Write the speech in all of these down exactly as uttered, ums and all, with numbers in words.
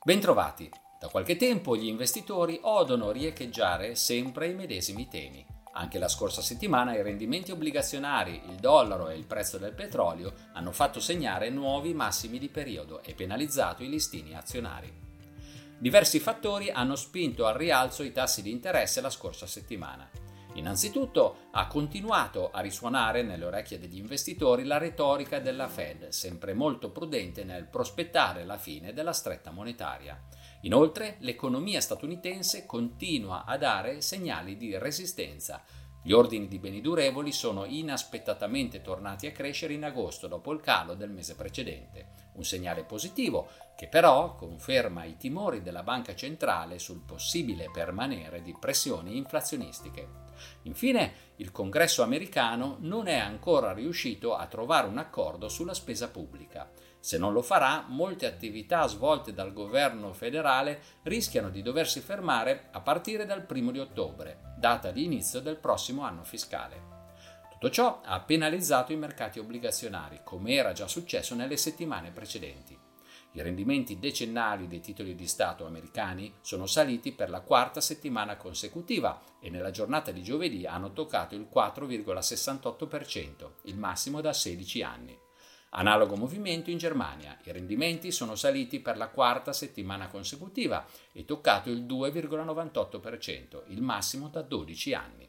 Bentrovati! Da qualche tempo gli investitori odono riecheggiare sempre i medesimi temi. Anche la scorsa settimana i rendimenti obbligazionari, il dollaro e il prezzo del petrolio hanno fatto segnare nuovi massimi di periodo e penalizzato i listini azionari. Diversi fattori hanno spinto al rialzo i tassi di interesse la scorsa settimana. Innanzitutto ha continuato a risuonare nelle orecchie degli investitori la retorica della Fed, sempre molto prudente nel prospettare la fine della stretta monetaria. Inoltre, l'economia statunitense continua a dare segnali di resistenza. Gli ordini di beni durevoli sono inaspettatamente tornati a crescere in agosto dopo il calo del mese precedente, un segnale positivo che però conferma i timori della banca centrale sul possibile permanere di pressioni inflazionistiche. Infine, il Congresso americano non è ancora riuscito a trovare un accordo sulla spesa pubblica. Se non lo farà, molte attività svolte dal governo federale rischiano di doversi fermare a partire dal primo di ottobre, data di inizio del prossimo anno fiscale. Tutto ciò ha penalizzato i mercati obbligazionari, come era già successo nelle settimane precedenti. I rendimenti decennali dei titoli di Stato americani sono saliti per la quarta settimana consecutiva e nella giornata di giovedì hanno toccato il quattro virgola sessantotto per cento, il massimo da sedici anni. Analogo movimento in Germania, i rendimenti sono saliti per la quarta settimana consecutiva e toccato il due virgola novantotto per cento, il massimo da dodici anni.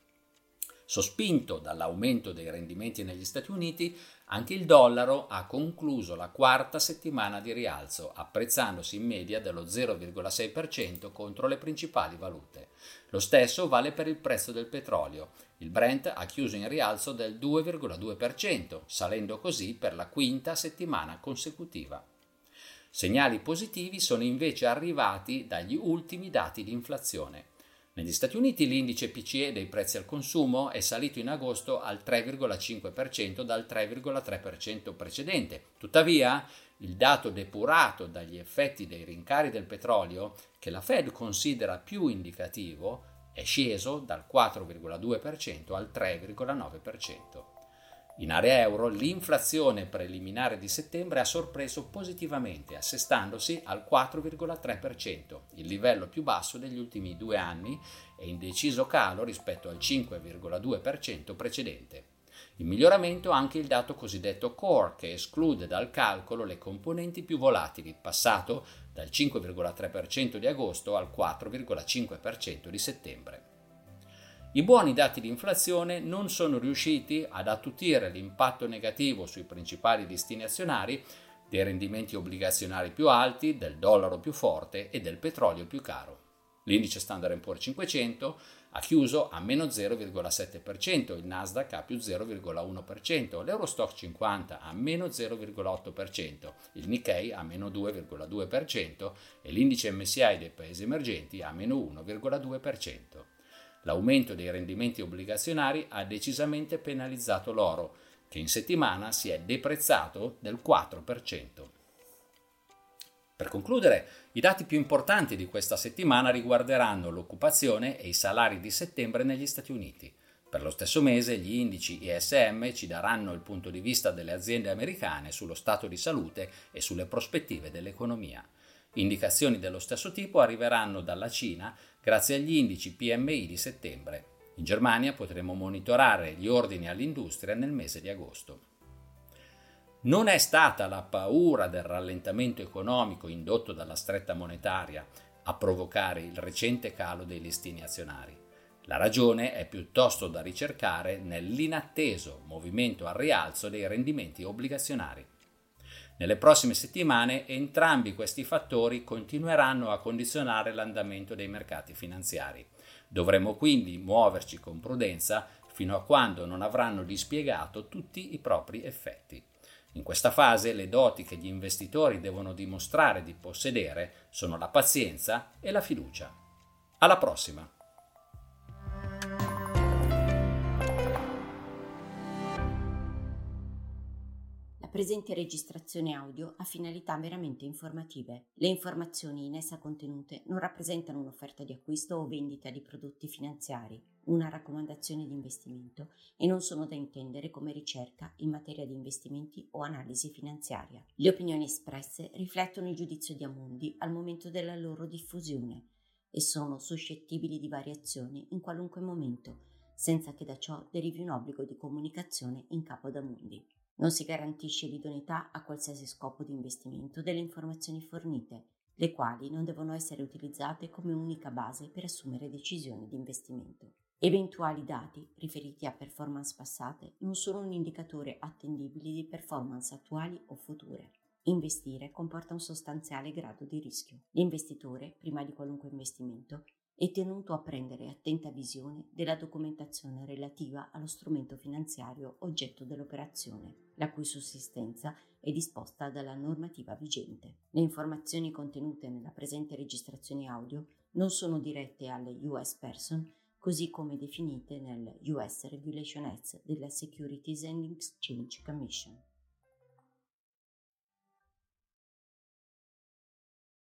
Sospinto dall'aumento dei rendimenti negli Stati Uniti, anche il dollaro ha concluso la quarta settimana di rialzo, apprezzandosi in media dello zero virgola sei per cento contro le principali valute. Lo stesso vale per il prezzo del petrolio. Il Brent ha chiuso in rialzo del due virgola due per cento, salendo così per la quinta settimana consecutiva. Segnali positivi sono invece arrivati dagli ultimi dati di inflazione. Negli Stati Uniti l'indice P C E dei prezzi al consumo è salito in agosto al tre virgola cinque per cento dal tre virgola tre per cento precedente. Tuttavia, il dato depurato dagli effetti dei rincari del petrolio, che la Fed considera più indicativo, è sceso dal quattro virgola due per cento al tre virgola nove per cento. In area euro l'inflazione preliminare di settembre ha sorpreso positivamente, assestandosi al quattro virgola tre per cento, il livello più basso degli ultimi due anni e in deciso calo rispetto al cinque virgola due per cento precedente. In miglioramento anche il dato cosiddetto core, che esclude dal calcolo le componenti più volatili, passato dal cinque virgola tre per cento di agosto al quattro virgola cinque per cento di settembre. I buoni dati di inflazione non sono riusciti ad attutire l'impatto negativo sui principali listini azionari dei rendimenti obbligazionari più alti, del dollaro più forte e del petrolio più caro. L'indice Standard and Poor's cinquecento ha chiuso a meno zero virgola sette per cento, il Nasdaq a più zero virgola uno per cento, l'Eurostoxx cinquanta a meno zero virgola otto per cento, il Nikkei a meno due virgola due per cento e l'indice M S C I dei paesi emergenti a meno uno virgola due per cento. L'aumento dei rendimenti obbligazionari ha decisamente penalizzato l'oro, che in settimana si è deprezzato del quattro per cento. Per concludere, i dati più importanti di questa settimana riguarderanno l'occupazione e i salari di settembre negli Stati Uniti. Per lo stesso mese gli indici I S M ci daranno il punto di vista delle aziende americane sullo stato di salute e sulle prospettive dell'economia. Indicazioni dello stesso tipo arriveranno dalla Cina grazie agli indici P M I di settembre. In Germania potremo monitorare gli ordini all'industria nel mese di agosto. Non è stata la paura del rallentamento economico indotto dalla stretta monetaria a provocare il recente calo dei listini azionari. La ragione è piuttosto da ricercare nell'inatteso movimento al rialzo dei rendimenti obbligazionari. Nelle prossime settimane entrambi questi fattori continueranno a condizionare l'andamento dei mercati finanziari. Dovremo quindi muoverci con prudenza fino a quando non avranno dispiegato tutti i propri effetti. In questa fase le doti che gli investitori devono dimostrare di possedere sono la pazienza e la fiducia. Alla prossima! La presente registrazione audio ha finalità meramente informative. Le informazioni in essa contenute non rappresentano un'offerta di acquisto o vendita di prodotti finanziari, una raccomandazione di investimento e non sono da intendere come ricerca in materia di investimenti o analisi finanziaria. Le opinioni espresse riflettono il giudizio di Amundi al momento della loro diffusione e sono suscettibili di variazioni in qualunque momento, senza che da ciò derivi un obbligo di comunicazione in capo ad Amundi. Non si garantisce l'idoneità a qualsiasi scopo di investimento delle informazioni fornite, le quali non devono essere utilizzate come unica base per assumere decisioni di investimento. Eventuali dati riferiti a performance passate non sono un indicatore attendibile di performance attuali o future. Investire comporta un sostanziale grado di rischio. L'investitore, prima di qualunque investimento, è tenuto a prendere attenta visione della documentazione relativa allo strumento finanziario oggetto dell'operazione, la cui sussistenza è disposta dalla normativa vigente. Le informazioni contenute nella presente registrazione audio non sono dirette alle U S Person, così come definite nel U S Regulation Act della Securities and Exchange Commission.